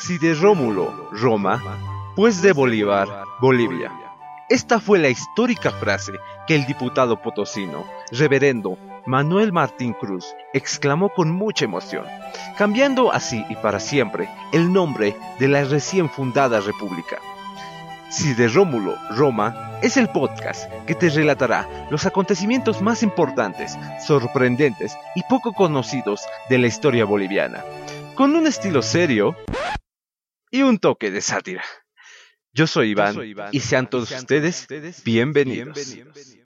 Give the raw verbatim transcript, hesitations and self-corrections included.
Si de Rómulo, Roma, pues de Bolívar, Bolivia. Esta fue la histórica frase que el diputado potosino, reverendo Manuel Martín Cruz, exclamó con mucha emoción, cambiando así y para siempre el nombre de la recién fundada república. Si de Rómulo, Roma es el podcast que te relatará los acontecimientos más importantes, sorprendentes y poco conocidos de la historia boliviana, con un estilo serio y un toque de sátira. Yo soy Iván, Yo soy Iván y sean todos, y sean ustedes, todos ustedes bienvenidos. bienvenidos.